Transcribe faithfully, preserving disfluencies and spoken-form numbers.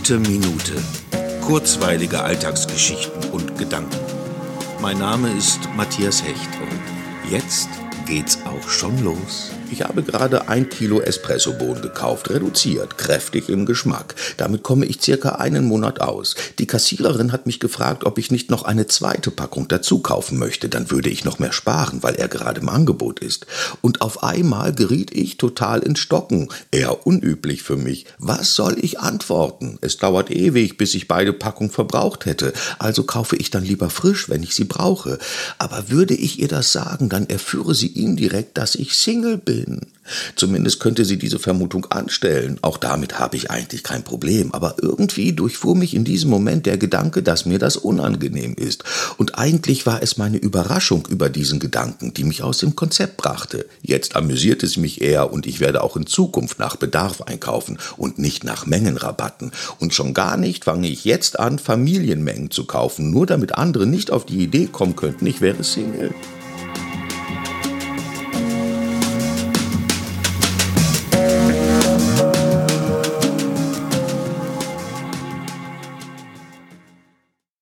Gute Minute. Kurzweilige Alltagsgeschichten und Gedanken. Mein Name ist Matthias Hecht und jetzt geht's auch schon los. Ich habe gerade ein Kilo Espressobohnen gekauft, reduziert, kräftig im Geschmack. Damit komme ich circa einen Monat aus. Die Kassiererin hat mich gefragt, ob ich nicht noch eine zweite Packung dazu kaufen möchte. Dann würde ich noch mehr sparen, weil er gerade im Angebot ist. Und auf einmal geriet ich total ins Stocken. Eher unüblich für mich. Was soll ich antworten? Es dauert ewig, bis ich beide Packungen verbraucht hätte. Also kaufe ich dann lieber frisch, wenn ich sie brauche. Aber würde ich ihr das sagen, dann erführe sie indirekt, dass ich Single bin. Zumindest könnte sie diese Vermutung anstellen. Auch damit habe ich eigentlich kein Problem. Aber irgendwie durchfuhr mich in diesem Moment der Gedanke, dass mir das unangenehm ist. Und eigentlich war es meine Überraschung über diesen Gedanken, die mich aus dem Konzept brachte. Jetzt amüsiert es mich eher und ich werde auch in Zukunft nach Bedarf einkaufen und nicht nach Mengenrabatten. Und schon gar nicht fange ich jetzt an, Familienmengen zu kaufen, nur damit andere nicht auf die Idee kommen könnten, ich wäre Single.